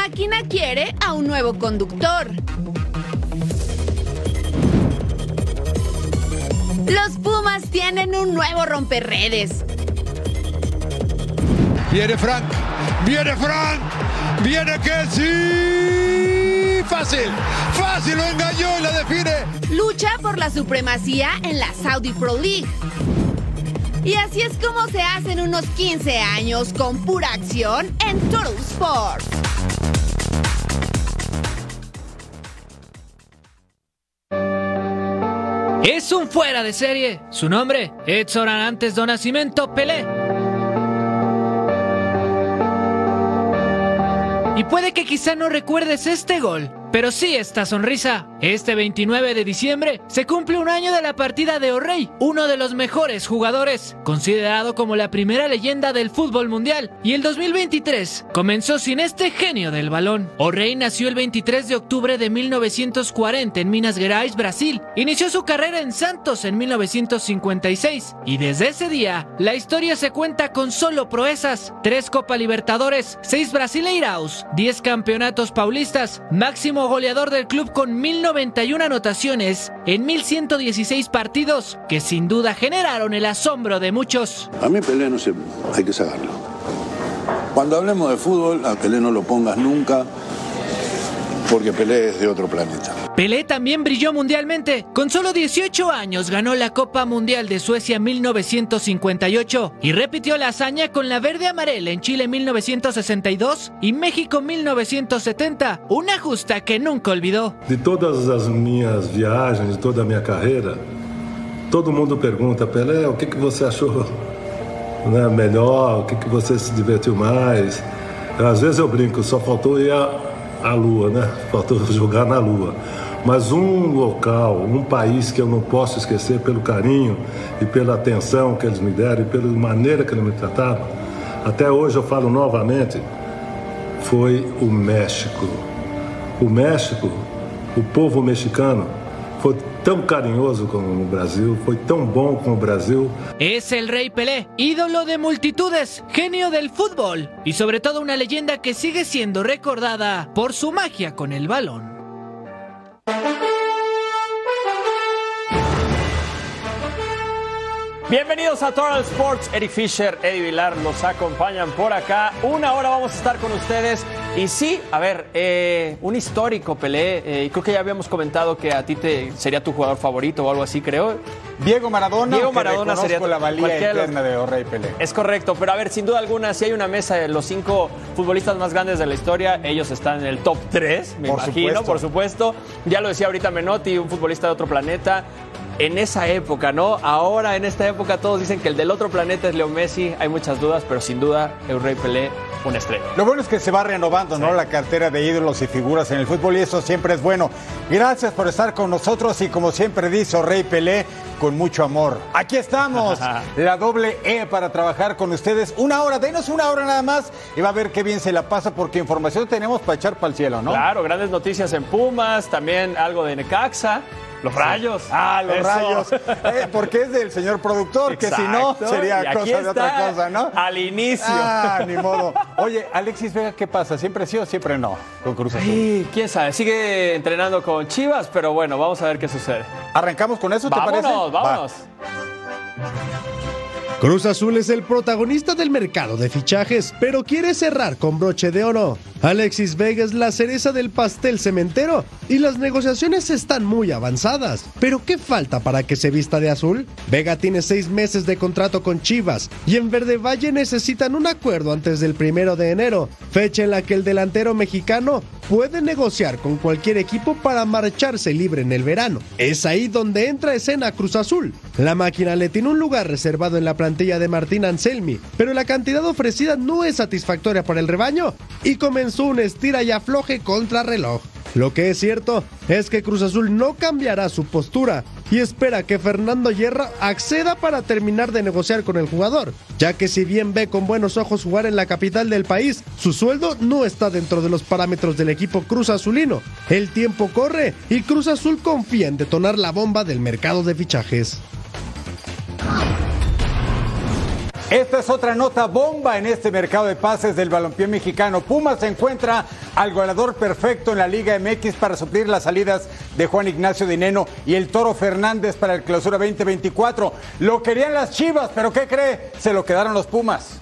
máquina quiere a un nuevo conductor. Los Pumas tienen un nuevo romperredes. Viene Frank, viene Kessie. Fácil, lo engañó y la define. Lucha por la supremacía en la Saudi Pro League. Y así es como se hacen unos 15 años con pura acción en Total Sports. Es un fuera de serie. Su nombre, Edson Arantes do Nascimento Pelé. Y puede que quizá no recuerdes este gol, pero sí esta sonrisa. Este 29 de diciembre se cumple un año de la partida de O'Reilly, uno de los mejores jugadores, considerado como la primera leyenda del fútbol mundial. Y el 2023 comenzó sin este genio del balón. O'Reilly nació el 23 de octubre de 1940 en Minas Gerais, Brasil. Inició su carrera en Santos en 1956 y desde ese día la historia se cuenta con solo proezas: 3 Copa Libertadores, 6 Brasileiraos, 10 campeonatos paulistas, máximo goleador del club con 1091 anotaciones en 1116 partidos, que sin duda generaron el asombro de muchos. A mí Pelé no sé, hay que saberlo. Cuando hablemos de fútbol, a Pelé no lo pongas nunca, porque Pelé es de otro planeta. Pelé también brilló mundialmente. Con solo 18 años ganó la Copa Mundial de Suecia 1958 y repitió la hazaña con la verde amarela en Chile 1962 y México 1970, una justa que nunca olvidó. De todas as minhas viagens, de toda a minha carreira, todo mundo pergunta: Pelé, o que você achou melhor, o que você se divertiu mais? Às vezes eu brinco, só faltou ir à Lua, né? Faltou jogar na Lua. Mas local, país que eu não posso esquecer pelo carinho e pela atenção que eles me deram e pela maneira que eles me trataram, até hoje eu falo novamente, foi o México. O México, o povo mexicano, foi tão carinhoso como o Brasil, foi tão bom como o Brasil. Es el Rey Pelé, ídolo de multitudes, genio del fútbol y sobre todo una leyenda que sigue siendo recordada por su magia con el balón. Bienvenidos a Total Sports. Eric Fisher, Eddie Vilar nos acompañan por acá. Una hora vamos a estar con ustedes. Y sí, a ver, un histórico Pelé. Y creo que ya habíamos comentado que a ti sería tu jugador favorito o algo así, creo. Diego Maradona sería la valía eterna de O'Reilly Pelé. Es correcto, pero a ver, sin duda alguna, si hay una mesa de los 5 futbolistas más grandes de la historia, ellos están en el top 3, me imagino, por supuesto. Ya lo decía ahorita Menotti, un futbolista de otro planeta. En esa época, ¿no? Ahora, en esta época, todos dicen que el del otro planeta es Leo Messi. Hay muchas dudas, pero sin duda, O'Reilly Pelé, una estrella. Lo bueno es que se va renovando, ¿no? La cartera de ídolos y figuras en el fútbol, y eso siempre es bueno. Gracias por estar con nosotros y, como siempre dice O'Reilly Pelé, con mucho amor. Aquí estamos, la doble E para trabajar con ustedes. Una hora, denos una hora nada más y va a ver qué bien se la pasa, porque información tenemos para echar para el cielo, ¿no? Claro, grandes noticias en Pumas, también algo de Necaxa. Los Rayos. Los Rayos. Porque es del señor productor. Exacto. Que si no, sería cosa de otra cosa, ¿no? Al inicio. Ni modo. Oye, Alexis Vega, ¿qué pasa? ¿Siempre sí o siempre no con Cruz Azul? Sí, quién sabe. Sigue entrenando con Chivas, pero bueno, vamos a ver qué sucede. ¿Arrancamos con eso, te parece? Vámonos. Cruz Azul es el protagonista del mercado de fichajes, pero quiere cerrar con broche de oro. Alexis Vega es la cereza del pastel cementero y las negociaciones están muy avanzadas. ¿Pero qué falta para que se vista de azul? Vega tiene 6 meses de contrato con Chivas y en Verde Valle necesitan un acuerdo antes del 1 de enero, fecha en la que el delantero mexicano puede negociar con cualquier equipo para marcharse libre en el verano. Es ahí donde entra a escena Cruz Azul. La máquina le tiene un lugar reservado en la plantilla de Martín Anselmi, pero la cantidad ofrecida no es satisfactoria para el rebaño y comenzó un estira y afloje contra reloj. Lo que es cierto es que Cruz Azul no cambiará su postura y espera que Fernando Hierro acceda para terminar de negociar con el jugador, ya que si bien ve con buenos ojos jugar en la capital del país, su sueldo no está dentro de los parámetros del equipo Cruz Azulino. El tiempo corre y Cruz Azul confía en detonar la bomba del mercado de fichajes. Esta es otra nota bomba en este mercado de pases del balompié mexicano. Pumas encuentra al goleador perfecto en la Liga MX para suplir las salidas de Juan Ignacio Dineno y el Toro Fernández para el Clausura 2024. Lo querían las Chivas, pero ¿qué cree? Se lo quedaron los Pumas.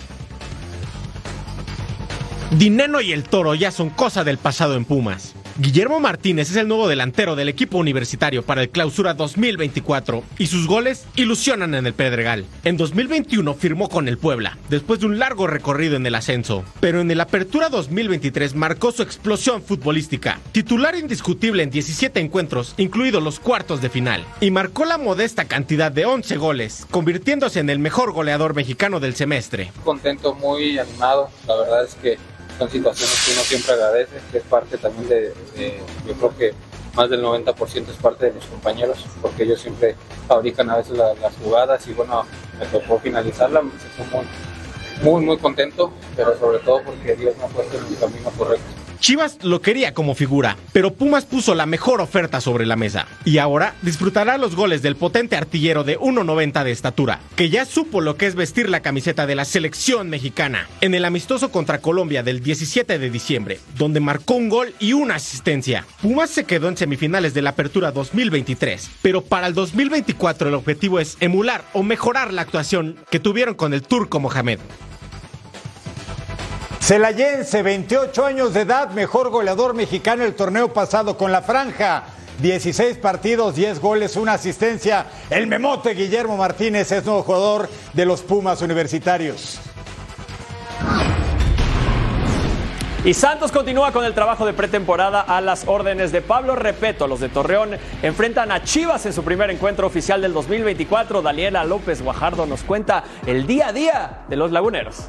Dineno y el Toro ya son cosa del pasado en Pumas. Guillermo Martínez es el nuevo delantero del equipo universitario para el Clausura 2024 y sus goles ilusionan en el Pedregal. En 2021 firmó con el Puebla, después de un largo recorrido en el ascenso, pero en el Apertura 2023 marcó su explosión futbolística. Titular indiscutible en 17 encuentros, incluidos los cuartos de final, y marcó la modesta cantidad de 11 goles, convirtiéndose en el mejor goleador mexicano del semestre. Contento, muy animado, la verdad es que son situaciones que uno siempre agradece, que es parte también yo creo que más del 90% es parte de mis compañeros, porque ellos siempre fabrican a veces las jugadas y bueno, me tocó finalizarla, me siento muy contento, pero sobre todo porque Dios me ha puesto en el camino correcto. Chivas lo quería como figura, pero Pumas puso la mejor oferta sobre la mesa. Y ahora disfrutará los goles del potente artillero de 1.90 de estatura, que ya supo lo que es vestir la camiseta de la selección mexicana en el amistoso contra Colombia del 17 de diciembre, donde marcó un gol y una asistencia. Pumas se quedó en semifinales de la Apertura 2023, pero para el 2024 el objetivo es emular o mejorar la actuación que tuvieron con el Turco Mohamed. Celayense, 28 años de edad, mejor goleador mexicano el torneo pasado con la franja. 16 partidos, 10 goles, una asistencia. El memote Guillermo Martínez es nuevo jugador de los Pumas universitarios. Y Santos continúa con el trabajo de pretemporada a las órdenes de Pablo Repeto. Los de Torreón enfrentan a Chivas en su primer encuentro oficial del 2024. Daniela López Guajardo nos cuenta el día a día de los laguneros.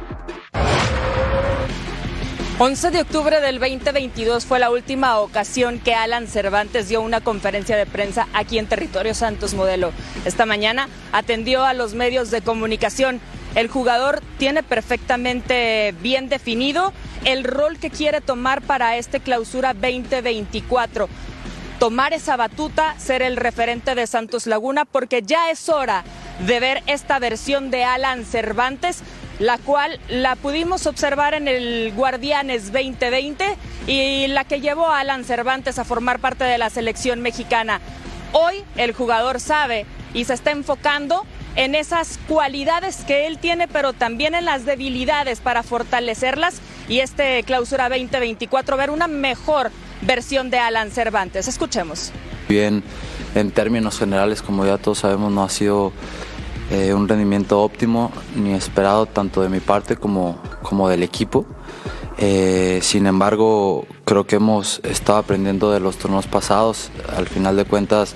11 de octubre del 2022 fue la última ocasión que Alan Cervantes dio una conferencia de prensa aquí en territorio Santos Modelo. Esta mañana atendió a los medios de comunicación. El jugador tiene perfectamente bien definido el rol que quiere tomar para este Clausura 2024. Tomar esa batuta, ser el referente de Santos Laguna, porque ya es hora de ver esta versión de Alan Cervantes, la cual la pudimos observar en el Guardianes 2020 y la que llevó a Alan Cervantes a formar parte de la selección mexicana. Hoy el jugador sabe y se está enfocando en esas cualidades que él tiene, pero también en las debilidades para fortalecerlas y este Clausura 2024 ver una mejor versión de Alan Cervantes. Escuchemos. Bien, en términos generales, como ya todos sabemos, no ha sido un rendimiento óptimo ni esperado tanto de mi parte como del equipo. Sin embargo, creo que hemos estado aprendiendo de los torneos pasados. Al final de cuentas,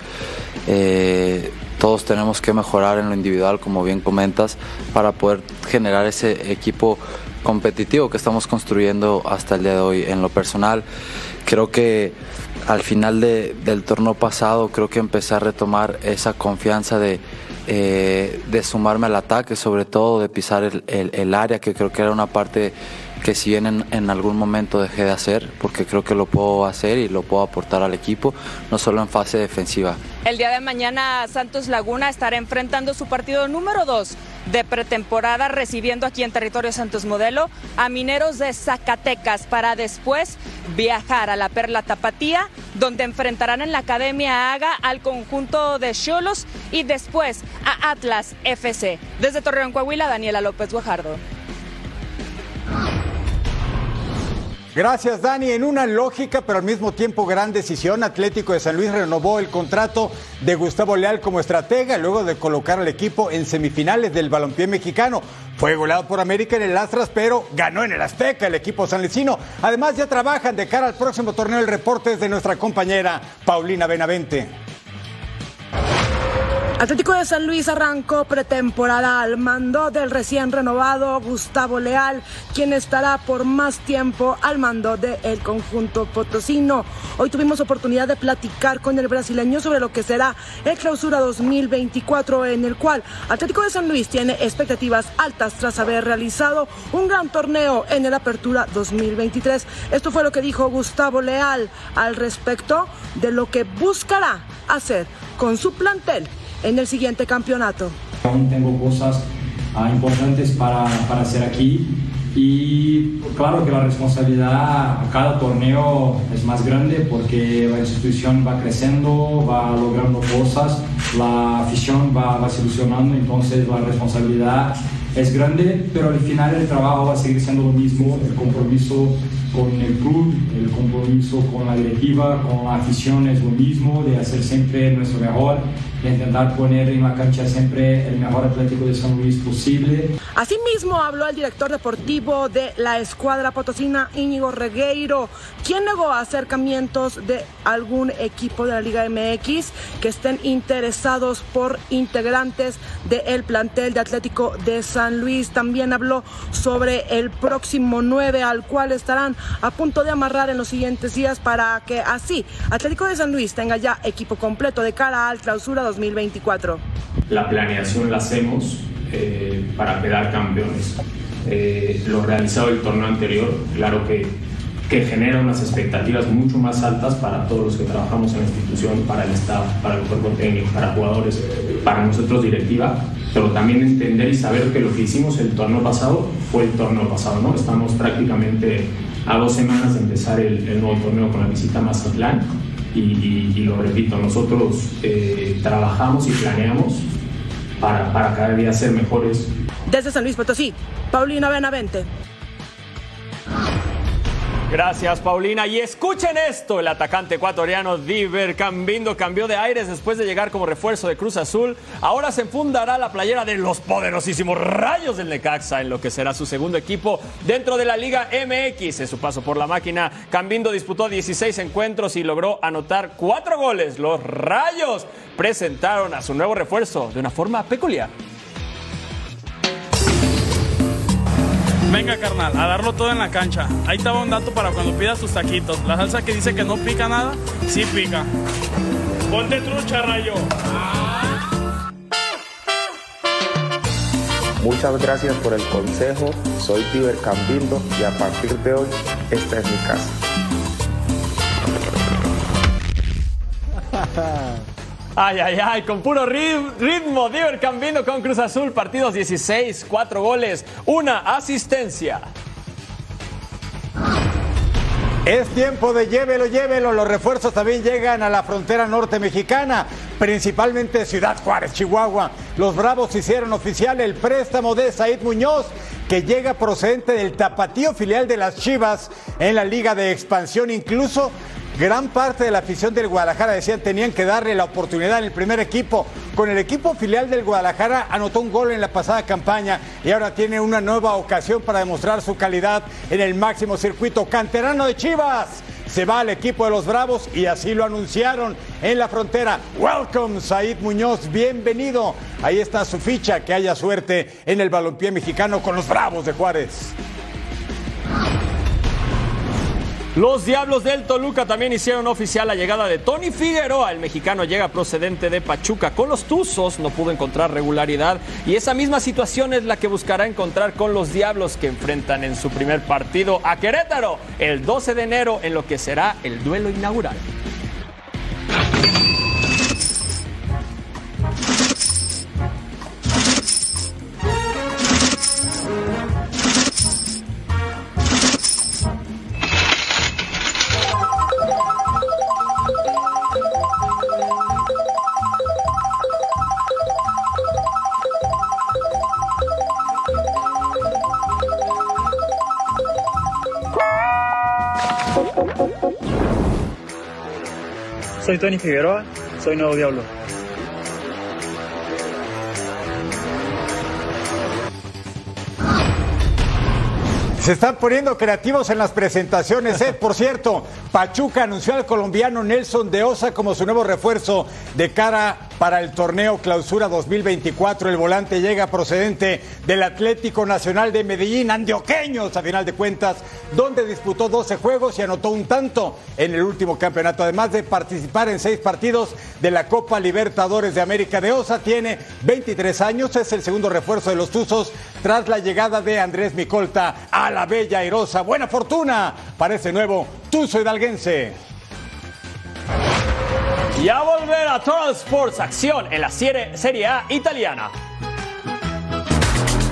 todos tenemos que mejorar en lo individual, como bien comentas, para poder generar ese equipo competitivo que estamos construyendo hasta el día de hoy. En lo personal, creo que al final del torneo pasado, creo que empecé a retomar esa confianza de sumarme al ataque, sobre todo de pisar el área, que creo que era una parte que si bien en algún momento dejé de hacer, porque creo que lo puedo hacer y lo puedo aportar al equipo, no solo en fase defensiva. El día de mañana Santos Laguna estará enfrentando su partido número 2 de pretemporada, recibiendo aquí en territorio Santos Modelo a Mineros de Zacatecas, para después viajar a la Perla Tapatía, donde enfrentarán en la Academia Haga al conjunto de Xolos y después a Atlas FC. Desde Torreón, Coahuila, Daniela López Guajardo. Gracias, Dani. En una lógica, pero al mismo tiempo gran decisión, Atlético de San Luis renovó el contrato de Gustavo Leal como estratega luego de colocar al equipo en semifinales del balompié mexicano. Fue goleado por América en el Astras, pero ganó en el Azteca el equipo sanluisino. Además, ya trabajan de cara al próximo torneo. El reporte es de nuestra compañera Paulina Benavente. Atlético de San Luis arrancó pretemporada al mando del recién renovado Gustavo Leal, quien estará por más tiempo al mando del conjunto potosino. Hoy tuvimos oportunidad de platicar con el brasileño sobre lo que será el Clausura 2024, en el cual Atlético de San Luis tiene expectativas altas tras haber realizado un gran torneo en el Apertura 2023. Esto fue lo que dijo Gustavo Leal al respecto de lo que buscará hacer con su plantel en el siguiente campeonato. Aún tengo cosas importantes para hacer aquí. Y claro que la responsabilidad a cada torneo es más grande porque la institución va creciendo, va logrando cosas, la afición va solucionando, entonces la responsabilidad es grande, pero al final el trabajo va a seguir siendo lo mismo, el compromiso con el club, el compromiso con la directiva, con la afición es lo mismo, de hacer siempre nuestro mejor, de intentar poner en la cancha siempre el mejor Atlético de San Luis posible. Asimismo habló el director deportivo de la escuadra potosina, Íñigo Regueiro, quien negó acercamientos de algún equipo de la Liga MX que estén interesados por integrantes del plantel de Atlético de San Luis. También habló sobre el próximo 9 al cual estarán a punto de amarrar en los siguientes días para que así Atlético de San Luis tenga ya equipo completo de cara al Clausura 2024. La planeación la hacemos para quedar campeones. Lo realizado el torneo anterior, claro que genera unas expectativas mucho más altas para todos los que trabajamos en la institución, para el staff, para el cuerpo técnico, para jugadores, para nosotros directiva, pero también entender y saber que lo que hicimos el torneo pasado fue el torneo pasado, ¿no? Estamos prácticamente a 2 semanas de empezar el nuevo torneo con la visita a Mazatlán y lo repito, nosotros trabajamos y planeamos para cada día ser mejores. Desde San Luis Potosí, Paulina Benavente. Gracias, Paulina. Y escuchen esto, el atacante ecuatoriano Diver Cambindo cambió de aires después de llegar como refuerzo de Cruz Azul. Ahora se enfundará la playera de los poderosísimos Rayos del Necaxa en lo que será su segundo equipo dentro de la Liga MX. En su paso por la máquina, Cambindo disputó 16 encuentros y logró anotar 4 goles. Los Rayos presentaron a su nuevo refuerzo de una forma peculiar. Venga, carnal, a darlo todo en la cancha. Ahí te va un dato para cuando pidas tus taquitos. La salsa que dice que no pica nada, sí pica. Ponte trucha, Rayo. Muchas gracias por el consejo. Soy Diver Cambindo y a partir de hoy, esta es mi casa. Ay, con puro ritmo, Diver Cambindo con Cruz Azul, partidos 16, 4 goles, 1 asistencia. Es tiempo de llévelo. Los refuerzos también llegan a la frontera norte mexicana, principalmente Ciudad Juárez, Chihuahua. Los Bravos hicieron oficial el préstamo de Said Muñoz, que llega procedente del Tapatío, filial de las Chivas en la Liga de Expansión. Incluso gran parte de la afición del Guadalajara decían tenían que darle la oportunidad en el primer equipo. Con el equipo filial del Guadalajara anotó un gol en la pasada campaña y ahora tiene una nueva ocasión para demostrar su calidad en el máximo circuito. Canterano de Chivas se va al equipo de los Bravos y así lo anunciaron en la frontera. Welcome, Said Muñoz, bienvenido. Ahí está su ficha, que haya suerte en el balompié mexicano con los Bravos de Juárez. Los Diablos del Toluca también hicieron oficial la llegada de Tony Figueroa. El mexicano llega procedente de Pachuca. Con los Tuzos no pudo encontrar regularidad y esa misma situación es la que buscará encontrar con los Diablos, que enfrentan en su primer partido a Querétaro el 12 de enero en lo que será el duelo inaugural. Soy Tony Figueroa, soy nuevo Diablo. Se están poniendo creativos en las presentaciones. Por cierto, Pachuca anunció al colombiano Nelson de Osa como su nuevo refuerzo de cara para el torneo Clausura 2024. El volante llega procedente del Atlético Nacional de Medellín, antioqueños a final de cuentas, donde disputó 12 juegos y anotó un tanto en el último campeonato. Además de participar en 6 partidos de la Copa Libertadores de América. De Osa tiene 23 años, es el segundo refuerzo de los Tuzos tras la llegada de Andrés Micolta a la bella airosa. Buena fortuna para ese nuevo Tuzo hidalguense. Y a volver a Total Sports, acción en la Serie A italiana.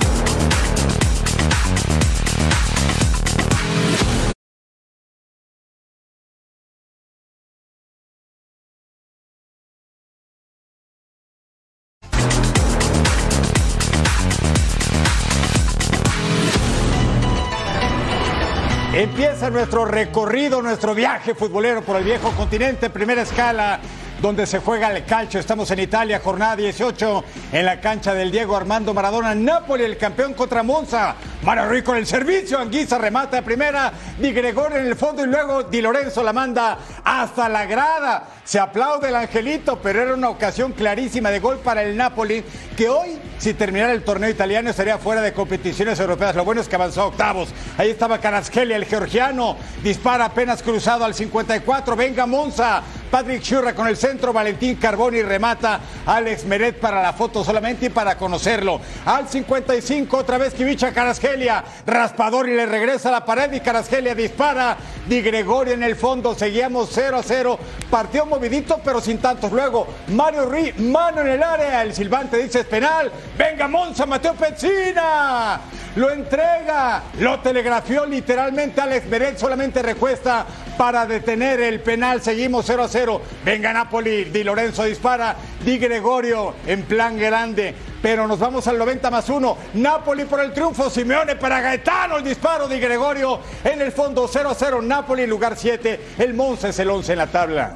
Empieza nuestro recorrido, nuestro viaje futbolero por el viejo continente, primera escala, donde se juega el calcio. Estamos en Italia, jornada 18, en la cancha del Diego Armando Maradona. Napoli, el campeón contra Monza. Mario Rui con el servicio, Anguissa remata de primera, Di Gregorio en el fondo y luego Di Lorenzo la manda hasta la grada. Se aplaude el angelito, pero era una ocasión clarísima de gol para el Napoli, que hoy, si terminara el torneo italiano, estaría fuera de competiciones europeas. Lo bueno es que avanzó a octavos. Ahí estaba Kvaratskhelia, el georgiano, dispara apenas cruzado al 54. Venga Monza, Patrick Schiurra con el centro, Valentín Carboni remata, Alex Meret para la foto solamente y para conocerlo. Al 55 otra vez Kvicha Kvaratskhelia, raspador y le regresa a la pared y Kvaratskhelia dispara, Di Gregorio en el fondo, seguíamos 0-0, partido movidito pero sin tantos. Luego Mario Rui, mano en el área, el silbante dice es penal, venga Monza, Matteo Pessina, lo entrega, lo telegrafió literalmente Alex Meret, solamente recuesta para detener el penal, seguimos 0-0, venga Napoli, Di Lorenzo dispara, Di Gregorio en plan grande, pero nos vamos al 90+1, Napoli por el triunfo, Simeone para Gaetano, el disparo, Di Gregorio en el fondo, 0-0, Napoli lugar 7, el Monza es el 11 en la tabla.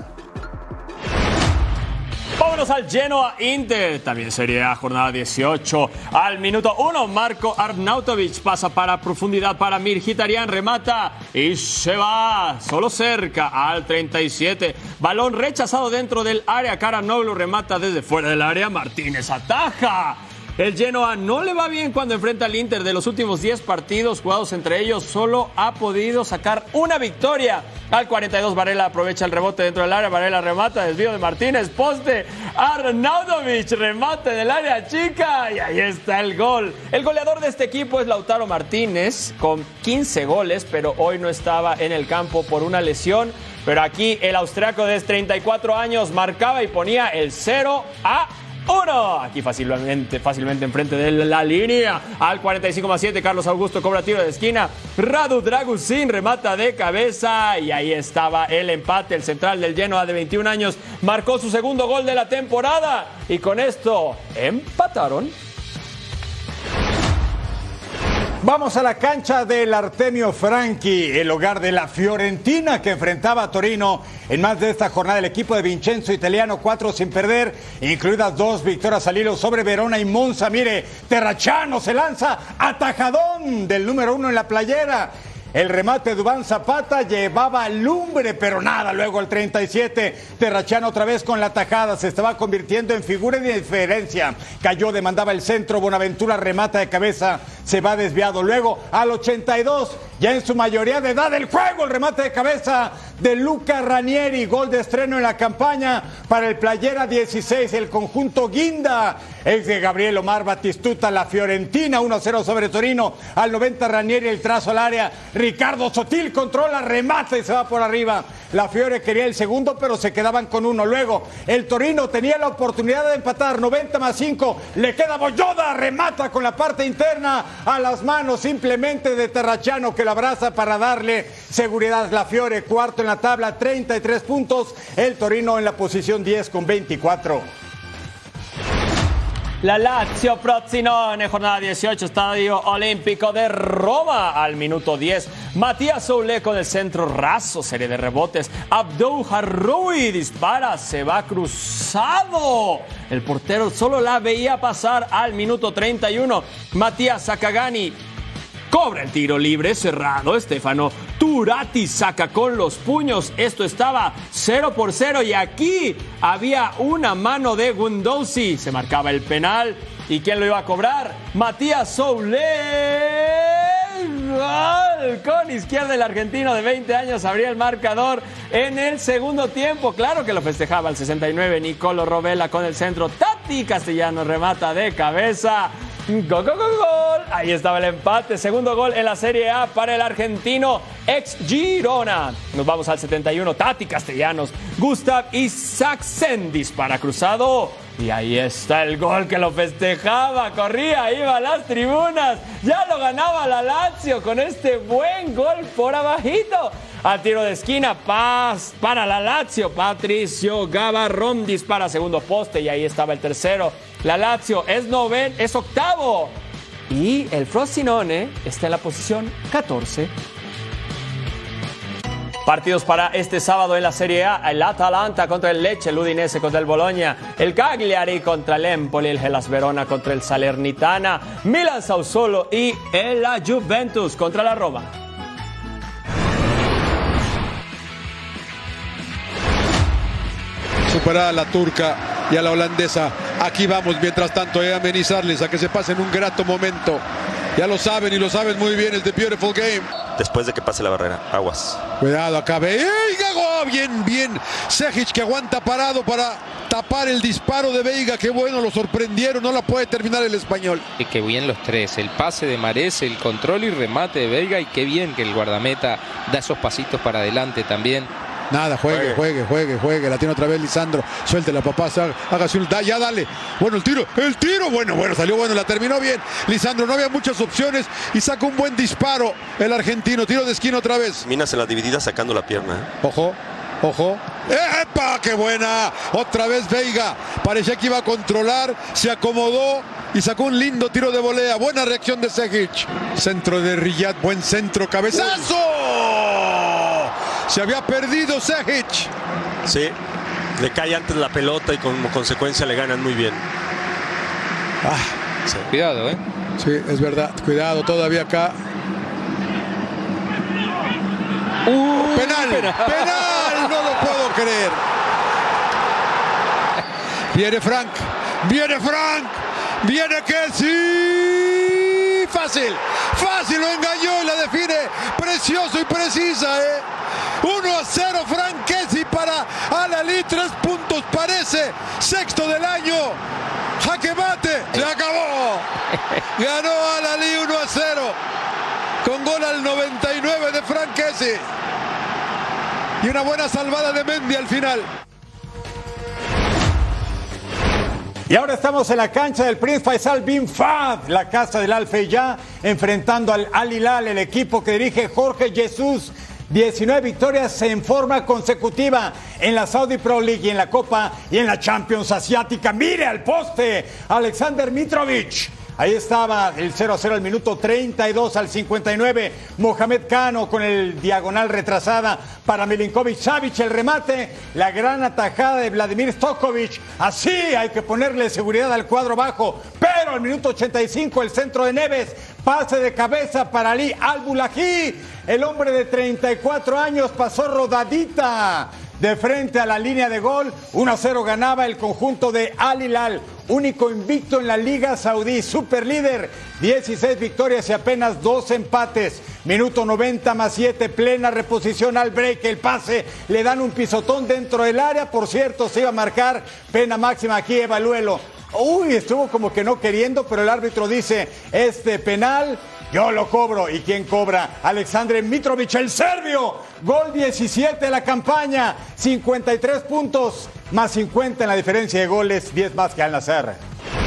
Vámonos al Genoa Inter, también Serie A, jornada 18. Al minuto 1, Marco Arnautovic pasa para profundidad para Mkhitaryan, remata y se va solo cerca al 37. Balón rechazado dentro del área, Calhanoglu remata desde fuera del área, Martínez ataja. El Genoa no le va bien cuando enfrenta al Inter. De los últimos 10 partidos jugados entre ellos, solo ha podido sacar una victoria. Al 42, Varela aprovecha el rebote dentro del área. Varela remata, desvío de Martínez, poste. Arnautovic remate del área chica y ahí está el gol. El goleador de este equipo es Lautaro Martínez con 15 goles, pero hoy no estaba en el campo por una lesión. Pero aquí el austriaco de 34 años marcaba y ponía el 0-1. Aquí fácilmente enfrente de la línea. Al 45+7, Carlos Augusto cobra tiro de esquina. Radu Dragusin remata de cabeza y ahí estaba el empate. El central del Genoa de 21 años marcó su segundo gol de la temporada y con esto empataron. Vamos a la cancha del Artemio Franchi, el hogar de la Fiorentina que enfrentaba a Torino. En más de esta jornada el equipo de Vincenzo Italiano, 4 sin perder, incluidas 2 victorias al hilo sobre Verona y Monza. Mire, Terracciano se lanza, atajadón del número 1 en la playera. El remate de Duván Zapata llevaba lumbre, pero nada. Luego el 37, Terracciano otra vez con la tajada. Se estaba convirtiendo en figura de diferencia. Cayó, demandaba el centro. Bonaventura remata de cabeza. Se va desviado. Luego al 82, ya en su mayoría de edad del juego, el remate de cabeza de Luca Ranieri. Gol de estreno en la campaña para el playera 16, el conjunto Guinda. Ex de Gabriel Omar Batistuta, la Fiorentina, 1-0 sobre Torino. Al 90, Ranieri, el trazo al área. Ricardo Sotil controla, remata y se va por arriba. La Fiore quería el segundo, pero se quedaban con 1. Luego, el Torino tenía la oportunidad de empatar, 90+5. Le queda Boyoda, remata con la parte interna a las manos simplemente de Terracciano, que la abraza para darle seguridad. La Fiore, cuarto en la tabla, 33 puntos. El Torino en la posición 10 con 24. La Lazio Frosinone, jornada 18, Estadio Olímpico de Roma. Al minuto 10, Matías Soule con el centro raso, serie de rebotes. Abdou Harroui dispara, se va cruzado. El portero solo la veía pasar. Al minuto 31, Matías Sakagani cobra el tiro libre cerrado. Stefano Turati saca con los puños. Esto estaba 0-0 y aquí había una mano de Guendouzi. Se marcaba el penal. ¿Y quién lo iba a cobrar? Matías Soule. Gol con izquierda, el argentino de 20 años abría el marcador en el segundo tiempo. Claro que lo festejaba al 69. Nicolo Rovella con el centro. Tati Castellanos remata de cabeza. Gol. Ahí estaba el empate. Segundo gol en la Serie A para el argentino ex Girona. Nos vamos al 71. Tati Castellanos. Gustav Isaksen dispara cruzado. Y ahí está el gol que lo festejaba. Corría, iba a las tribunas. Ya lo ganaba la Lazio con este buen gol por abajito. A tiro de esquina, paz para la Lazio. Patricio Gavarrón dispara segundo poste y ahí estaba el tercero. La Lazio es octavo. Y el Frosinone está en la posición 14. Partidos para este sábado en la Serie A: el Atalanta contra el Lecce, el Udinese contra el Bologna, el Cagliari contra el Empoli, el Hellas Verona contra el Salernitana, Milan Sassuolo y la Juventus contra la Roma. Superada la turca y a la holandesa. Aquí vamos, mientras tanto, a amenizarles, a que se pasen un grato momento. Ya lo saben y lo saben muy bien, el The Beautiful Game. Después de que pase la barrera, aguas. Cuidado acá, Veiga, bien. Sejic que aguanta parado para tapar el disparo de Veiga. Qué bueno, lo sorprendieron, no la puede terminar el español. Y qué bien los tres, el pase de Mahrez, el control y remate de Veiga, y qué bien que el guardameta da esos pasitos para adelante también. Nada, juegue, la tiene otra vez Lisandro, suéltela papá, hágase un, ya dale, bueno el tiro, bueno, salió bueno, la terminó bien Lisandro, no había muchas opciones y saca un buen disparo el argentino, tiro de esquina otra vez. Minas en la dividida sacando la pierna. Ojo, ¡epa! ¡Qué buena! Otra vez Veiga, parecía que iba a controlar, se acomodó y sacó un lindo tiro de volea, buena reacción de Sejic. Centro de Riyad, buen centro, cabezazo. Se había perdido Sejic. Sí, le cae antes la pelota y como consecuencia le ganan muy bien. Sí. Cuidado, Sí, es verdad, cuidado todavía acá. Penal, no lo puedo creer. Viene Frank, viene Kessie. Fácil, lo engañó y la define precioso y precisa, 1-0 Frank Kessie para Al-Ahly, 3 puntos parece, sexto del año. Jaque mate, se acabó. Ganó Al-Ahly 1-0 con gol al 99 de Frank Kessie y una buena salvada de Mendy al final. Y ahora estamos en la cancha del Prince Faisal bin Fahd, la casa del Al Feyha, enfrentando al Al Hilal, el equipo que dirige Jorge Jesús. 19 victorias en forma consecutiva en la Saudi Pro League y en la Copa y en la Champions Asiática. Mire al poste, Aleksandar Mitrovic. Ahí estaba el 0-0 al minuto 32 al 59. Mohamed Kano con el diagonal retrasada para Milinkovic Savic. El remate, la gran atajada de Vladimir Stokovic. Así hay que ponerle seguridad al cuadro bajo. Pero al minuto 85 el centro de Neves. Pase de cabeza para Ali Al-Bulaji. El hombre de 34 años pasó rodadita de frente a la línea de gol. 1-0 ganaba el conjunto de Al Hilal, único invicto en la Liga Saudí, superlíder, 16 victorias y apenas 2 empates. Minuto 90 más 7, plena reposición al break, el pase, le dan un pisotón dentro del área, por cierto, se iba a marcar pena máxima aquí, evalúelo. Estuvo como que no queriendo, pero el árbitro dice, este penal yo lo cobro. ¿Y quién cobra? Aleksandar Mitrovic, el serbio. Gol 17 de la campaña. 53 puntos más 50 en la diferencia de goles. 10 más que Al Nassr.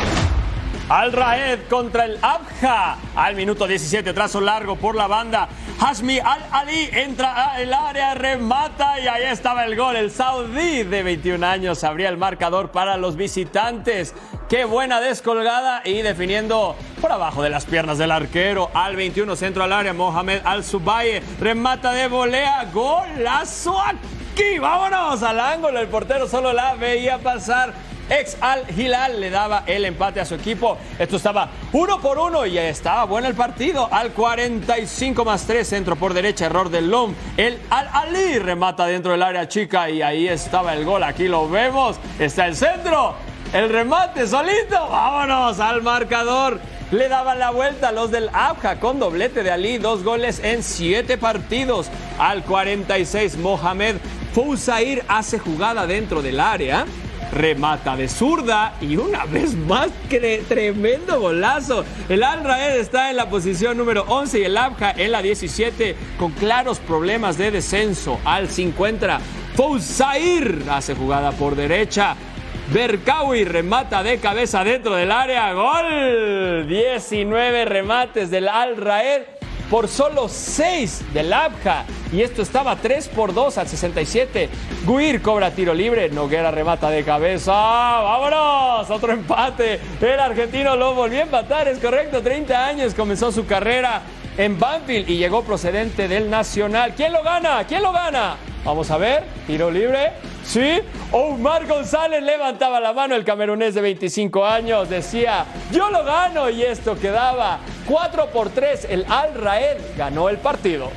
Al Raed contra el Abha. Al minuto 17, trazo largo por la banda. Hashmi Al-Ali entra al área, remata y ahí estaba el gol. El saudí de 21 años abría el marcador para los visitantes. Qué buena descolgada y definiendo por abajo de las piernas del arquero. Al 21, centro al área, Mohamed Al-Subaye remata de volea. Golazo aquí. Vámonos al ángulo. El portero solo la veía pasar. Ex Al Hilal le daba el empate a su equipo. Esto estaba 1-1 y estaba bueno el partido. Al 45 más 3, centro por derecha, error del Lom. El Al-Ali remata dentro del área chica y ahí estaba el gol. Aquí lo vemos. Está el centro. El remate solito. Vámonos al marcador. Le daban la vuelta a los del Abha con doblete de Ali. 2 goles en 7 partidos. Al 46, Mohamed Fousair hace jugada dentro del área. Remata de zurda y una vez más tremendo golazo. El Al Raed está en la posición número 11 y el Abha en la 17 con claros problemas de descenso. Al 50, Fousair hace jugada por derecha. Berkawi remata de cabeza dentro del área. ¡Gol! 19 remates del Al Raed por solo 6 del Abha. Y esto estaba 3-2 al 67. Guir cobra tiro libre. Noguera remata de cabeza. ¡Vámonos! Otro empate. El argentino lo volvió a empatar. Es correcto, 30 años comenzó su carrera. en Banfield y llegó procedente del Nacional. ¿Quién lo gana? ¿Quién lo gana? Vamos a ver, tiro libre. Sí, Omar González levantaba la mano, el camerunés de 25 años, decía, yo lo gano, y esto quedaba 4-3, el Al Raed ganó el partido.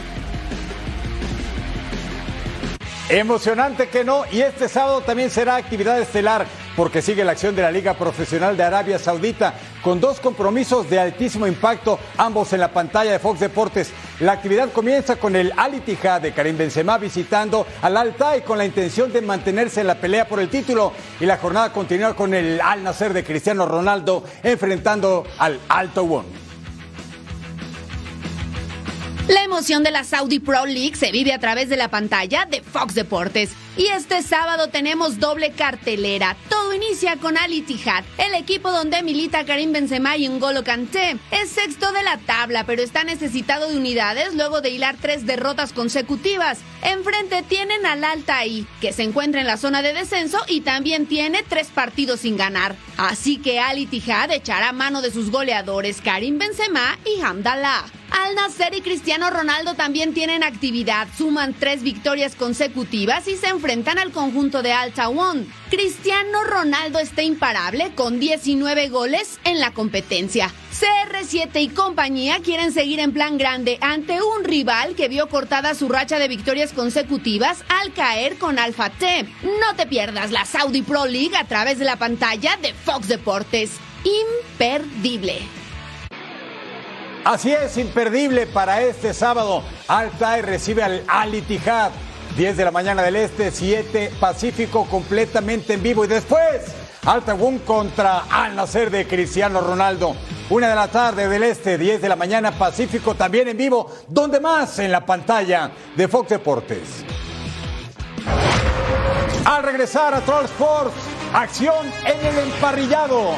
Emocionante que no, y este sábado también será actividad estelar, porque sigue la acción de la Liga Profesional de Arabia Saudita, con 2 compromisos de altísimo impacto, ambos en la pantalla de Fox Deportes. La actividad comienza con el Al Ittihad de Karim Benzema visitando al Al-Tay con la intención de mantenerse en la pelea por el título, y la jornada continúa con el Al Nassr de Cristiano Ronaldo enfrentando al Al Tawon. La emoción de la Saudi Pro League se vive a través de la pantalla de Fox Deportes. Y este sábado tenemos doble cartelera. Todo inicia con Al Ittihad, el equipo donde milita Karim Benzema y N'Golo Kanté. Es sexto de la tabla, pero está necesitado de unidades luego de hilar 3 derrotas consecutivas. Enfrente tienen al Al-Tay, que se encuentra en la zona de descenso y también tiene 3 partidos sin ganar. Así que Al Ittihad echará mano de sus goleadores Karim Benzema y Hamdallah. Al Nassr y Cristiano Ronaldo también tienen actividad, suman 3 victorias consecutivas y se enfrentan al conjunto de Al Tawon. Cristiano Ronaldo está imparable con 19 goles en la competencia. CR7 y compañía quieren seguir en plan grande ante un rival que vio cortada su racha de victorias consecutivas al caer con Al Fateh. No te pierdas la Saudi Pro League a través de la pantalla de Fox Deportes. Imperdible. Así es, imperdible para este sábado. Al-Tay recibe al Al Ittihad, 10 de la mañana del Este, 7 Pacífico, completamente en vivo. Y después, Al Tawon contra Al Nassr de Cristiano Ronaldo, 1 de la tarde del Este, 10 de la mañana Pacífico, también en vivo. ¿Dónde más? En la pantalla de Fox Deportes. Al regresar a Troll Sports, acción en el emparrillado.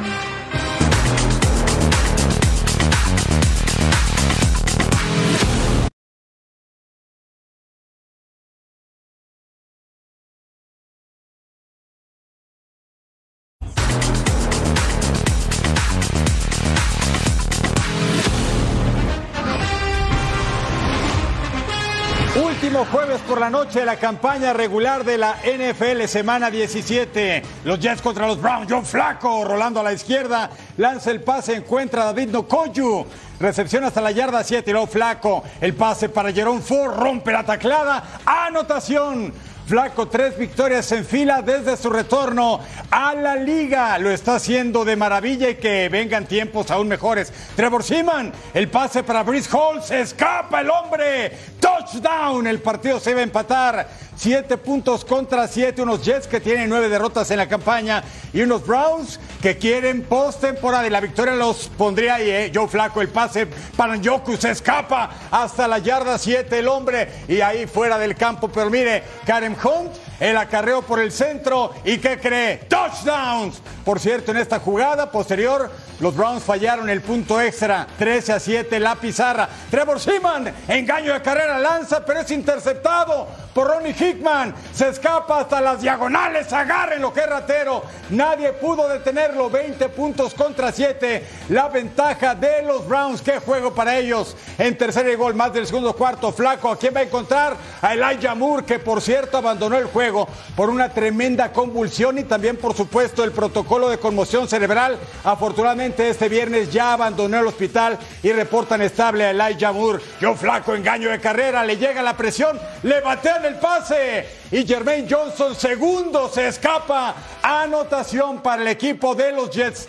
Último jueves por la noche de la campaña regular de la NFL, semana 17. Los Jets contra los Browns. Joe Flacco rolando a la izquierda, lanza el pase, encuentra a David Njoku. Recepción hasta la yarda 7 y luego Flacco. El pase para Jerome Ford, rompe la tacleada. Anotación. Flacco, 3 victorias en fila desde su retorno a la liga. Lo está haciendo de maravilla y que vengan tiempos aún mejores. Trevor Seaman, el pase para Breece Hall, se escapa el hombre. Touchdown, el partido se va a empatar. 7 puntos contra 7, unos Jets que tienen 9 derrotas en la campaña y unos Browns que quieren postemporada, y la victoria los pondría ahí, Joe Flacco, el pase para Njoku, se escapa hasta la yarda 7 el hombre, y ahí fuera del campo, pero mire, Kareem Hunt, el acarreo por el centro, ¿y qué cree? ¡Touchdowns! Por cierto, en esta jugada posterior, los Browns fallaron el punto extra, 13-7 la pizarra. Trevor Seaman, engaño de carrera, lanza, pero es interceptado por Ronnie Hickman, se escapa hasta las diagonales, agarren lo que es ratero, nadie pudo detenerlo. 20 puntos contra 7, la ventaja de los Browns. Qué juego para ellos en tercera y gol, más del segundo cuarto. Flacco, ¿a quién va a encontrar? A Elijah Moore, que por cierto abandonó el juego por una tremenda convulsión y también por supuesto el protocolo de conmoción cerebral. Afortunadamente este viernes ya abandonó el hospital y reportan estable a Elijah Moore. Joe Flacco, engaño de carrera, le llega la presión, le batean el pase y Jermaine Johnson, segundo, se escapa. Anotación para el equipo de los Jets.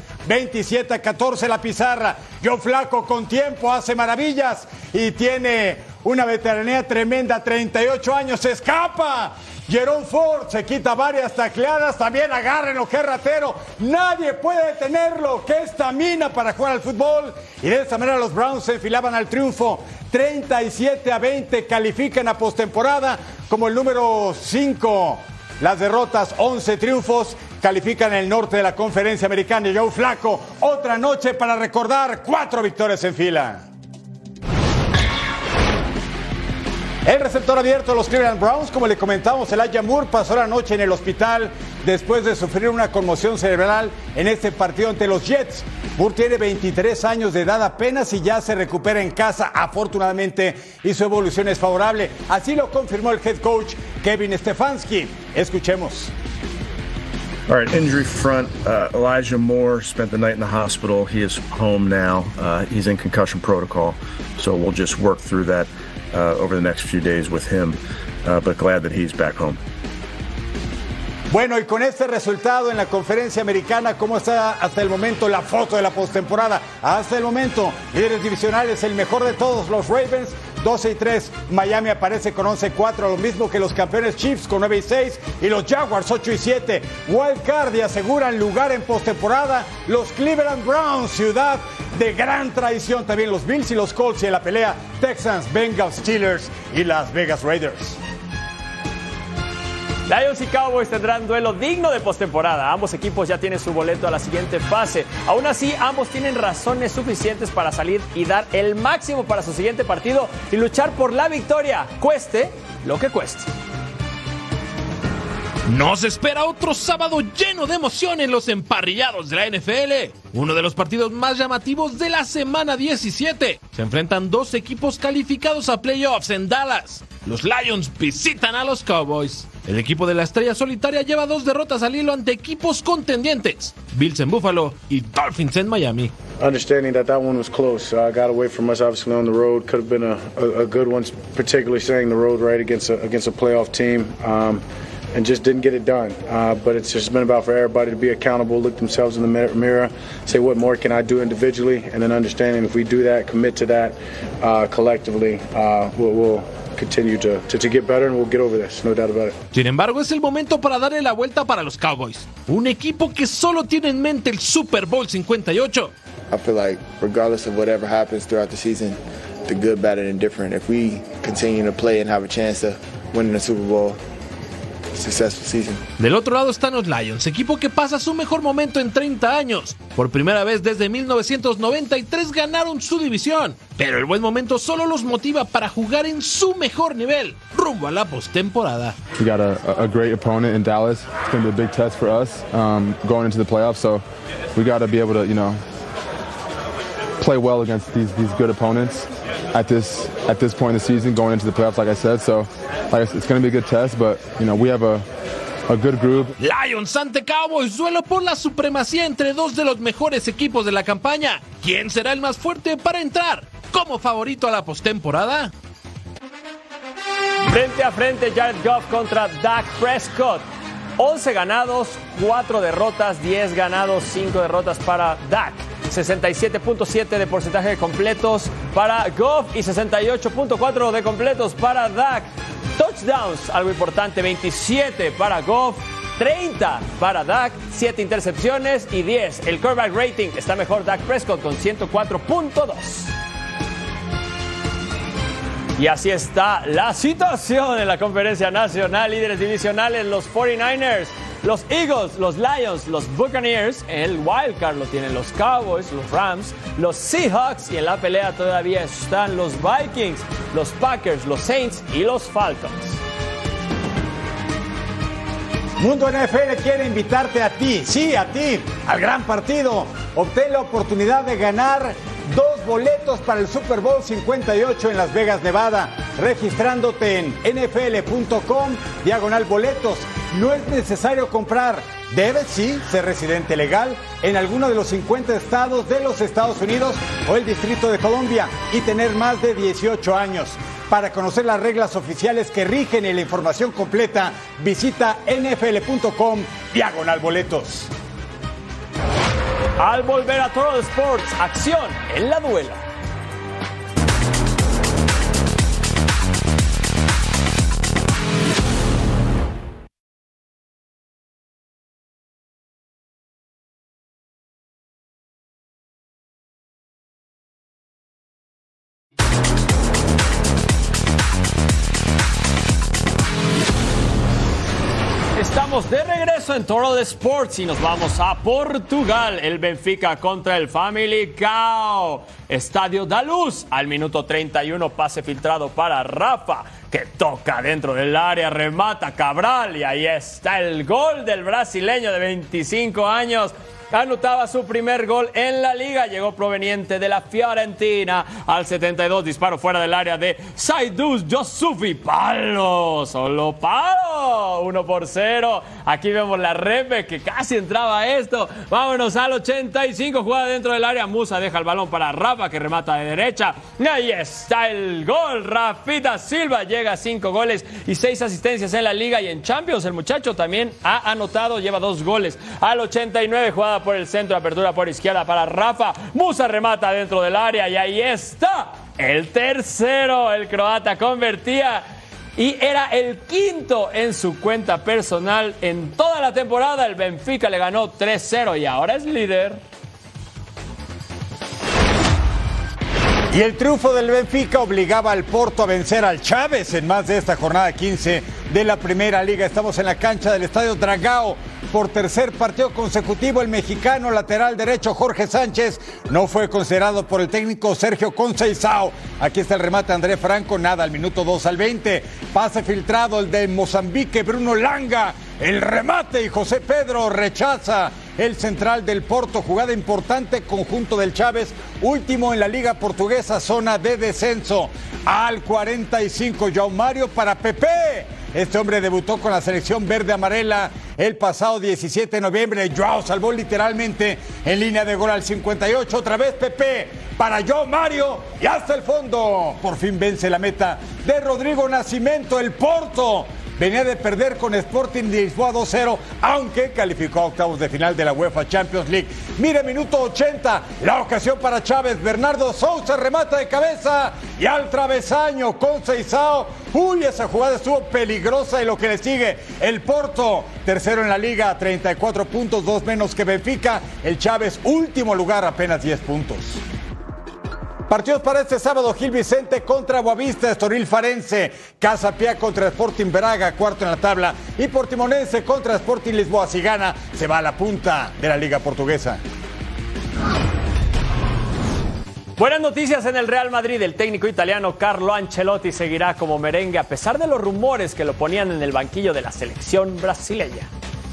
27-14 la pizarra. Joe Flacco con tiempo hace maravillas y tiene una veteranía tremenda, 38 años, se escapa. Jerome Ford se quita varias tacleadas, también agarren lo que es ratero, nadie puede detenerlo. Qué estamina para jugar al fútbol. Y de esta manera los Browns se enfilaban al triunfo, 37-20, califican a postemporada como el número 5. Las derrotas, 11 triunfos, califican en el norte de la conferencia americana. Y Joe Flacco, otra noche para recordar, 4 victorias en fila. El receptor abierto de los Cleveland Browns, como le comentamos, Elijah Moore pasó la noche en el hospital después de sufrir una conmoción cerebral en este partido ante los Jets. Moore tiene 23 años de edad apenas y ya se recupera en casa, afortunadamente, y su evolución es favorable. Así lo confirmó el head coach Kevin Stefanski. Escuchemos. All right, injury front, Elijah Moore spent the night in the hospital. He is home now. He's in concussion protocol, so we'll just work through that over the next few days with him, but glad that he's back home. Bueno, y con este resultado en la conferencia americana, ¿cómo está hasta el momento la foto de la postemporada? Hasta el momento, líderes divisionales, el mejor de todos, los Ravens, 12-3. Miami aparece con 11-4, lo mismo que los campeones Chiefs con 9-6 y los Jaguars 8-7. Wild Card y aseguran lugar en postemporada los Cleveland Browns, ciudad de gran tradición. También los Bills y los Colts, y en la pelea Texans, Bengals, Steelers y Las Vegas Raiders. Lions y Cowboys tendrán duelo digno de postemporada. Ambos equipos ya tienen su boleto a la siguiente fase. Aún así, ambos tienen razones suficientes para salir y dar el máximo para su siguiente partido y luchar por la victoria, cueste lo que cueste. Nos espera otro sábado lleno de emoción en los emparrillados de la NFL. Uno de los partidos más llamativos de la semana 17. Se enfrentan dos equipos calificados a playoffs en Dallas. Los Lions visitan a los Cowboys. El equipo de la estrella solitaria lleva 2 derrotas al hilo ante equipos contendientes. Bills en Buffalo y Dolphins en Miami. Understanding that one was close, got away from us obviously on the road. Could have been a good one, particularly saying the road right against a playoff team. And just didn't get it done. But it's just been about for everybody to be accountable, look themselves in the mirror, say what more can I do individually, and then understanding if we do that, commit to that collectively, we'll continue to get better and we'll get over this, no doubt about it. Sin embargo, es el momento para darle la vuelta para los Cowboys, un equipo que solo tiene en mente el Super Bowl 58. I feel like regardless of whatever happens throughout the season, the good, bad, and indifferent, if we continue to play and have a chance to win the Super Bowl, successful season. Del otro lado están los Lions, equipo que pasa su mejor momento en 30 años. Por primera vez desde 1993 ganaron su división, pero el buen momento solo los motiva para jugar en su mejor nivel, rumbo a la postemporada. We got a great opponent in Dallas. It's going to be a big test for us going into the playoffs, so we got to be able to, play well against these good opponents at this point in the season, going into the playoffs, like I said. So, it's going to be a good test, but we have a good group. Lions ante Cowboys, duelo por la supremacía entre dos de los mejores equipos de la campaña. ¿Quién será el más fuerte para entrar como favorito a la postemporada? Frente a frente, Jared Goff contra Dak Prescott. 11 ganados, 4 derrotas, 10 ganados, 5 derrotas para Dak. 67.7 de porcentaje de completos para Goff y 68.4 de completos para Dak. Touchdowns, algo importante, 27 para Goff, 30 para Dak, 7 intercepciones y 10. El quarterback rating está mejor Dak Prescott con 104.2. Y así está la situación en la conferencia nacional. Líderes divisionales, los 49ers, los Eagles, los Lions, los Buccaneers. El wild card lo tienen los Cowboys, los Rams, los Seahawks. Y en la pelea todavía están los Vikings, los Packers, los Saints y los Falcons. Mundo NFL quiere invitarte a ti, sí, a ti, al gran partido. Obtén la oportunidad de ganar 2 boletos para el Super Bowl 58 en Las Vegas, Nevada, registrándote en nfl.com/boletos. No es necesario comprar. Debes, sí, ser residente legal en alguno de los 50 estados de los Estados Unidos o el Distrito de Columbia y tener más de 18 años. Para conocer las reglas oficiales que rigen y la información completa, visita nfl.com/boletos. Al volver a Total Sports, acción en la duela. Estamos de regreso en Toro de Sports y nos vamos a Portugal. El Benfica contra el Famalicão. Estadio da Luz. Al minuto 31, pase filtrado para Rafa, que toca dentro del área, remata Cabral y ahí está el gol del brasileño de 25 años. Anotaba su primer gol en la liga, llegó proveniente de la Fiorentina. Al 72, disparo fuera del área de Saidou Yosufi. Palo, solo palo, 1-0. Aquí vemos la repe que casi entraba a esto. Vámonos al 85, jugada dentro del área. Musa deja el balón para Rafa, que remata de derecha. Y ahí está el gol. Rafita Silva llega a 5 goles y 6 asistencias en la liga y en Champions. El muchacho también ha anotado, lleva 2 goles. Al 89, jugada por el centro, apertura por izquierda para Rafa. Musa remata dentro del área y ahí está el tercero. El croata convertía y era el quinto en su cuenta personal en toda la temporada. El Benfica le ganó 3-0 y ahora es líder. Y el triunfo del Benfica obligaba al Porto a vencer al Chaves en más de esta jornada 15 de la Primera Liga. Estamos en la cancha del Estadio Dragao. Por tercer partido consecutivo, el mexicano lateral derecho Jorge Sánchez no fue considerado por el técnico Sergio Conceição. Aquí está el remate de André Franco, nada, al minuto 2 al 20. Pase filtrado, el de Mozambique, Bruno Langa. El remate y José Pedro rechaza el central del Porto. Jugada importante, conjunto del Chaves, último en la Liga Portuguesa, zona de descenso. Al 45, João Mario para Pepe. Este hombre debutó con la selección verde-amarela el pasado 17 de noviembre. João salvó literalmente en línea de gol al 58. Otra vez Pepe para João Mario y hasta el fondo. Por fin vence la meta de Rodrigo Nascimento. El Porto venía de perder con Sporting de Lisboa 2-0, aunque calificó a octavos de final de la UEFA Champions League. Mire, minuto 80, la ocasión para Chávez. Bernardo Sousa remata de cabeza y al travesaño Conceição. Uy, esa jugada estuvo peligrosa y lo que le sigue, el Porto, tercero en la liga, 34 puntos, 2 menos que Benfica. El Chávez, último lugar, apenas 10 puntos. Partidos para este sábado: Gil Vicente contra Boavista, Estoril Farense, Casa Pia contra Sporting Braga, cuarto en la tabla, y Portimonense contra Sporting Lisboa. Si gana, se va a la punta de la Liga Portuguesa. Buenas noticias en el Real Madrid. El técnico italiano Carlo Ancelotti seguirá como merengue a pesar de los rumores que lo ponían en el banquillo de la selección brasileña.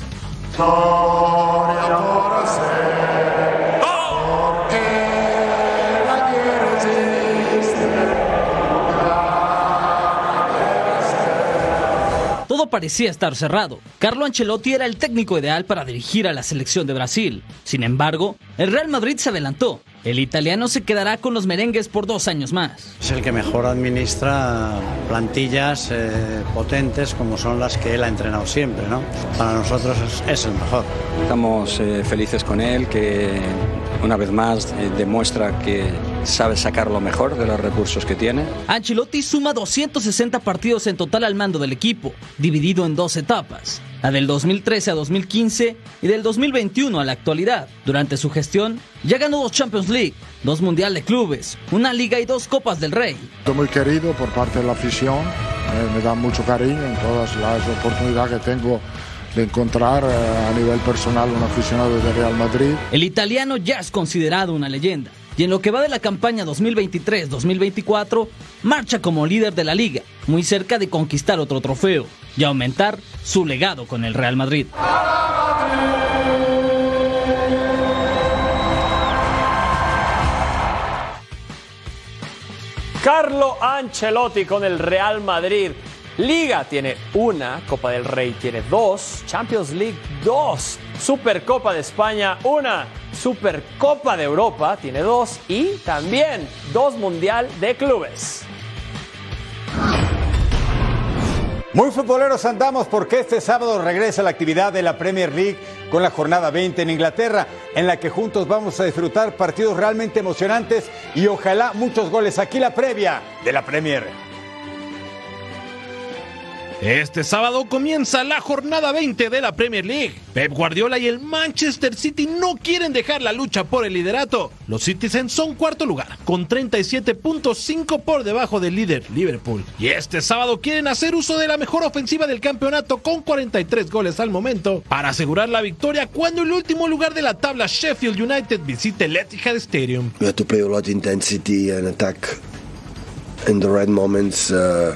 Todo parecía estar cerrado. Carlo Ancelotti era el técnico ideal para dirigir a la selección de Brasil. Sin embargo, el Real Madrid se adelantó. El italiano se quedará con los merengues por 2 años más. Es el que mejor administra plantillas potentes como son las que él ha entrenado siempre, ¿no? Para nosotros es el mejor. Estamos felices con él, que una vez más demuestra que sabe sacar lo mejor de los recursos que tiene. Ancelotti suma 260 partidos en total al mando del equipo, dividido en 2 etapas. La del 2013 a 2015 y del 2021 a la actualidad. Durante su gestión, ya ganó 2 Champions League, 2 Mundial de Clubes, 1 Liga y 2 Copas del Rey. Estoy muy querido por parte de la afición, me da mucho cariño en todas las oportunidades que tengo de encontrar a nivel personal un aficionado de Real Madrid. El italiano ya es considerado una leyenda y en lo que va de la campaña 2023-2024 marcha como líder de la liga, muy cerca de conquistar otro trofeo y aumentar su legado con el Real Madrid. Carlo Ancelotti con el Real Madrid. Liga tiene 1, Copa del Rey tiene 2, Champions League 2, Supercopa de España 1, Supercopa de Europa tiene 2 y también 2 Mundial de Clubes. Muy futboleros andamos porque este sábado regresa la actividad de la Premier League con la jornada 20 en Inglaterra, en la que juntos vamos a disfrutar partidos realmente emocionantes y ojalá muchos goles. Aquí la previa de la Premier. Este sábado comienza la jornada 20 de la Premier League. Pep Guardiola y el Manchester City no quieren dejar la lucha por el liderato. Los Citizens son cuarto lugar, con 37.5 por debajo del líder Liverpool. Y este sábado quieren hacer uso de la mejor ofensiva del campeonato con 43 goles al momento para asegurar la victoria cuando el último lugar de la tabla Sheffield United visite el Etihad Stadium. We have to play a lot of intensity and attack in the right moments.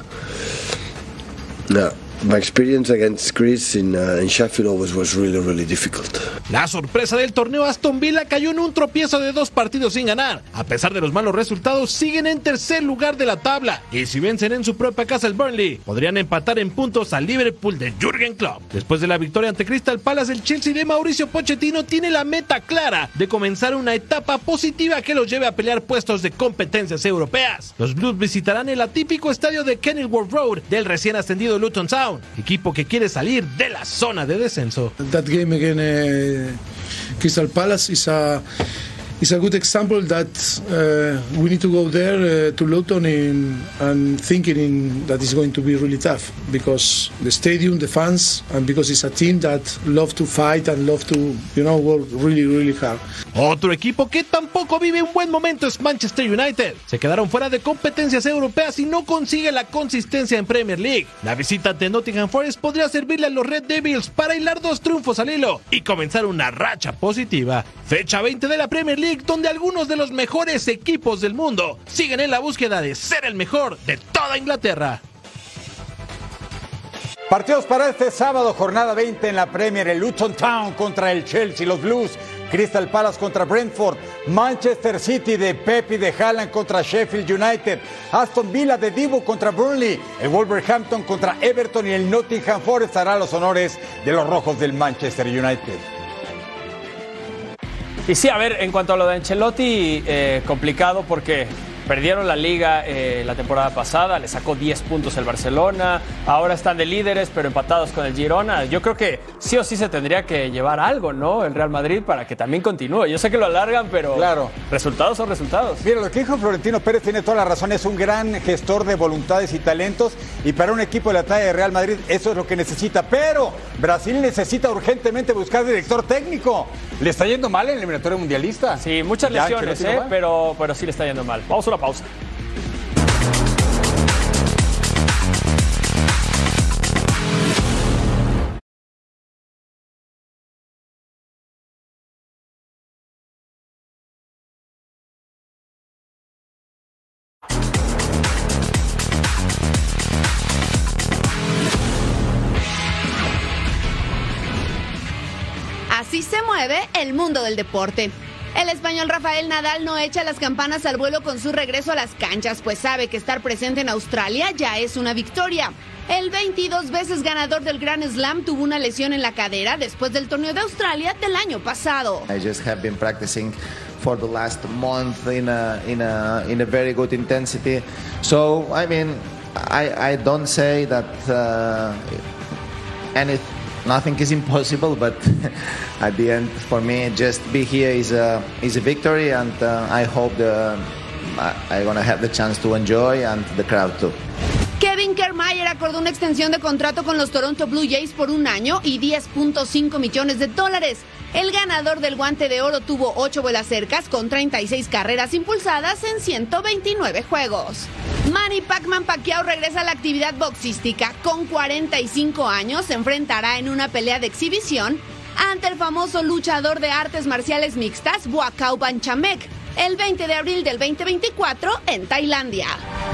My experience against Chris in Sheffield always was really difficult. La sorpresa del torneo, Aston Villa cayó en un tropiezo de 2 partidos sin ganar. A pesar de los malos resultados, siguen en tercer lugar de la tabla. Y si vencen en su propia casa el Burnley, podrían empatar en puntos al Liverpool de Jürgen Klopp. Después de la victoria ante Crystal Palace, el Chelsea de Mauricio Pochettino tiene la meta clara de comenzar una etapa positiva que los lleve a pelear puestos de competencias europeas. Los Blues visitarán el atípico estadio de Kenilworth Road del recién ascendido Luton Town, equipo que quiere salir de la zona de descenso. That game against Crystal Palace is a good example that we need to go there to Luton and thinking that it's going to be really tough because the stadium, the fans, and because it's a team that love to fight and love to, work really hard. Otro equipo que tampoco vive un buen momento es Manchester United. Se quedaron fuera de competencias europeas y no consigue la consistencia en Premier League. La visita ante Nottingham Forest podría servirle a los Red Devils para hilar 2 triunfos al hilo y comenzar una racha positiva. Fecha 20 de la Premier League, donde algunos de los mejores equipos del mundo siguen en la búsqueda de ser el mejor de toda Inglaterra. Partidos para este sábado, jornada 20 en la Premier. El Luton Town contra el Chelsea, los Blues. Crystal Palace contra Brentford. Manchester City de Pep y de Haaland contra Sheffield United. Aston Villa de Dibu contra Burnley. El Wolverhampton contra Everton y el Nottingham Forest hará los honores de los rojos del Manchester United. Y sí, a ver, en cuanto a lo de Ancelotti, complicado porque perdieron la Liga la temporada pasada, le sacó 10 puntos el Barcelona, ahora están de líderes pero empatados con el Girona. Yo creo que sí o sí se tendría que llevar algo, ¿no? El Real Madrid para que también continúe. Yo sé que lo alargan, pero claro, resultados son resultados. Mira, lo que dijo Florentino Pérez tiene toda la razón, es un gran gestor de voluntades y talentos y para un equipo de la talla de Real Madrid eso es lo que necesita, pero Brasil necesita urgentemente buscar director técnico. Le está yendo mal en el eliminatorio mundialista. Sí, muchas lesiones, pero sí le está yendo mal. Vamos a una pausa. Así se mueve el mundo del deporte. El español Rafael Nadal no echa las campanas al vuelo con su regreso a las canchas, pues sabe que estar presente en Australia ya es una victoria. El 22 veces ganador del Grand Slam tuvo una lesión en la cadera después del torneo de Australia del año pasado. I just have been practicing for the last month in a very good intensity. So I mean, I don't say that nothing is impossible, but at the end, for me, just be here is a victory, and I hope I'm gonna have the chance to enjoy and the crowd too. Kevin Kiermaier acordó una extensión de contrato con los Toronto Blue Jays por 1 año y $10.5 millones. El ganador del Guante de Oro tuvo 8 vuelas cercas con 36 carreras impulsadas en 129 juegos. Manny Pacquiao regresa a la actividad boxística. Con 45 años se enfrentará en una pelea de exhibición ante el famoso luchador de artes marciales mixtas Buakaw Banchamek el 20 de abril del 2024 en Tailandia.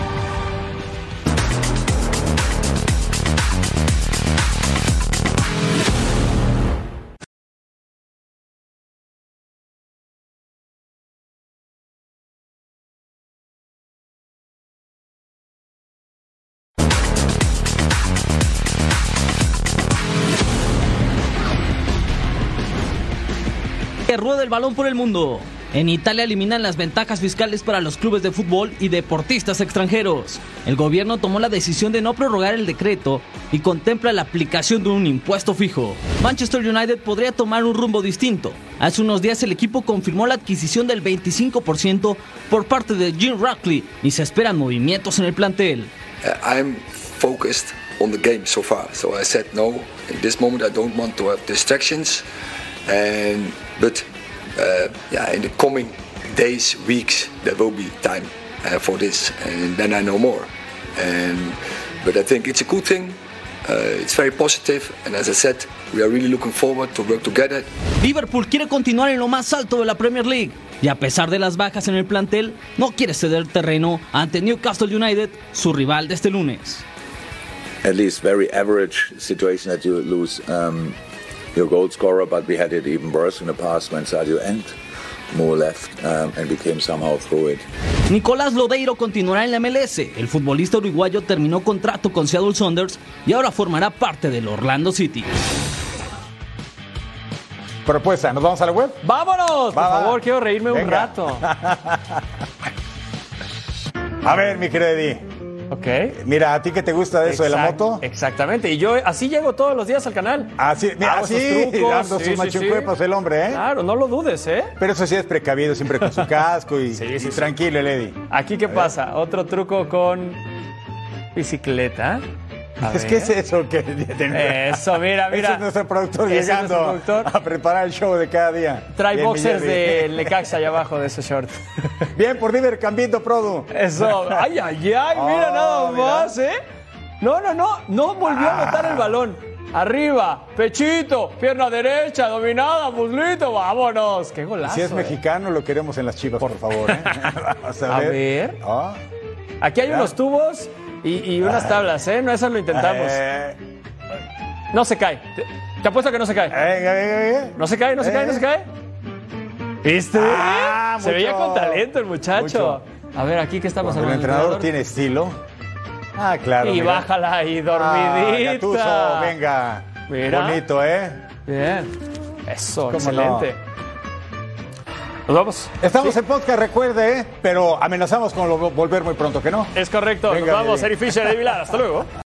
Que rueda el balón por el mundo. En Italia eliminan las ventajas fiscales para los clubes de fútbol y deportistas extranjeros. El gobierno tomó la decisión de no prorrogar el decreto y contempla la aplicación de un impuesto fijo. Manchester United podría tomar un rumbo distinto. Hace unos días el equipo confirmó la adquisición del 25% por parte de Jim Ratcliffe y se esperan movimientos en el plantel. I'm focused on the game so far. So I said no. In this moment, I don't want to have distractions. But in the coming days, weeks, there will be time for this, and then I know more. But I think it's a good thing. It's very positive, and as I said, we are really looking forward to work together. Liverpool quiere continuar en lo más alto de la Premier League y a pesar de las bajas en el plantel, no quiere ceder terreno ante Newcastle United, su rival de este lunes. At least very average situation that you lose your goal scorer, but we had it even worse in the past when Sadio and Mo left and became somehow through it. Nicolás Lodeiro continuará en la MLS. El futbolista uruguayo terminó contrato con Seattle Sounders y ahora formará parte del Orlando City. Propuesta, ¿nos vamos a la web? ¡Vámonos! Por favor, quiero reírme un rato. A ver, mi querido Eddie. Ok. Mira, ¿a ti qué te gusta de eso de la moto? Exactamente, y yo así llego todos los días al canal. Así, mira, así, dando sus machucuepas el hombre, ¿eh? Claro, no lo dudes, ¿eh? Pero eso sí es precavido, siempre con su casco y tranquilo el Eddie. Aquí, ¿qué pasa? Otro truco con bicicleta. ¿Qué es eso? Eso, mira. Ese es nuestro productor llegando a preparar el show de cada día. Trae boxers de Necaxa allá abajo de ese short. Bien, por River, cambiando, Produ. Eso. Ay, mira nada más, ¿eh? No volvió a botar el balón. Arriba, pechito, pierna derecha, dominada, muslito, vámonos. ¡Qué golazo! Si es mexicano, lo queremos en las Chivas, por favor, ¿eh? Vamos a ver. Aquí hay unos tubos y unas tablas, ¿eh? No, esas lo intentamos. No se cae. Te apuesto que no se cae. No se cae. ¿Viste? Se veía con talento el muchacho. A ver, aquí que estamos hablando. El entrenador tiene estilo. Claro. Y bájala ahí, dormidita. Gattuso, venga. Mira. Bonito, ¿eh? Bien. Eso, excelente. Nos vamos. Estamos en podcast, recuerde, pero amenazamos con volver muy pronto, ¿que no? Es correcto. Venga, nos vamos, Eric Fisher, Eddie Vilar. Hasta luego.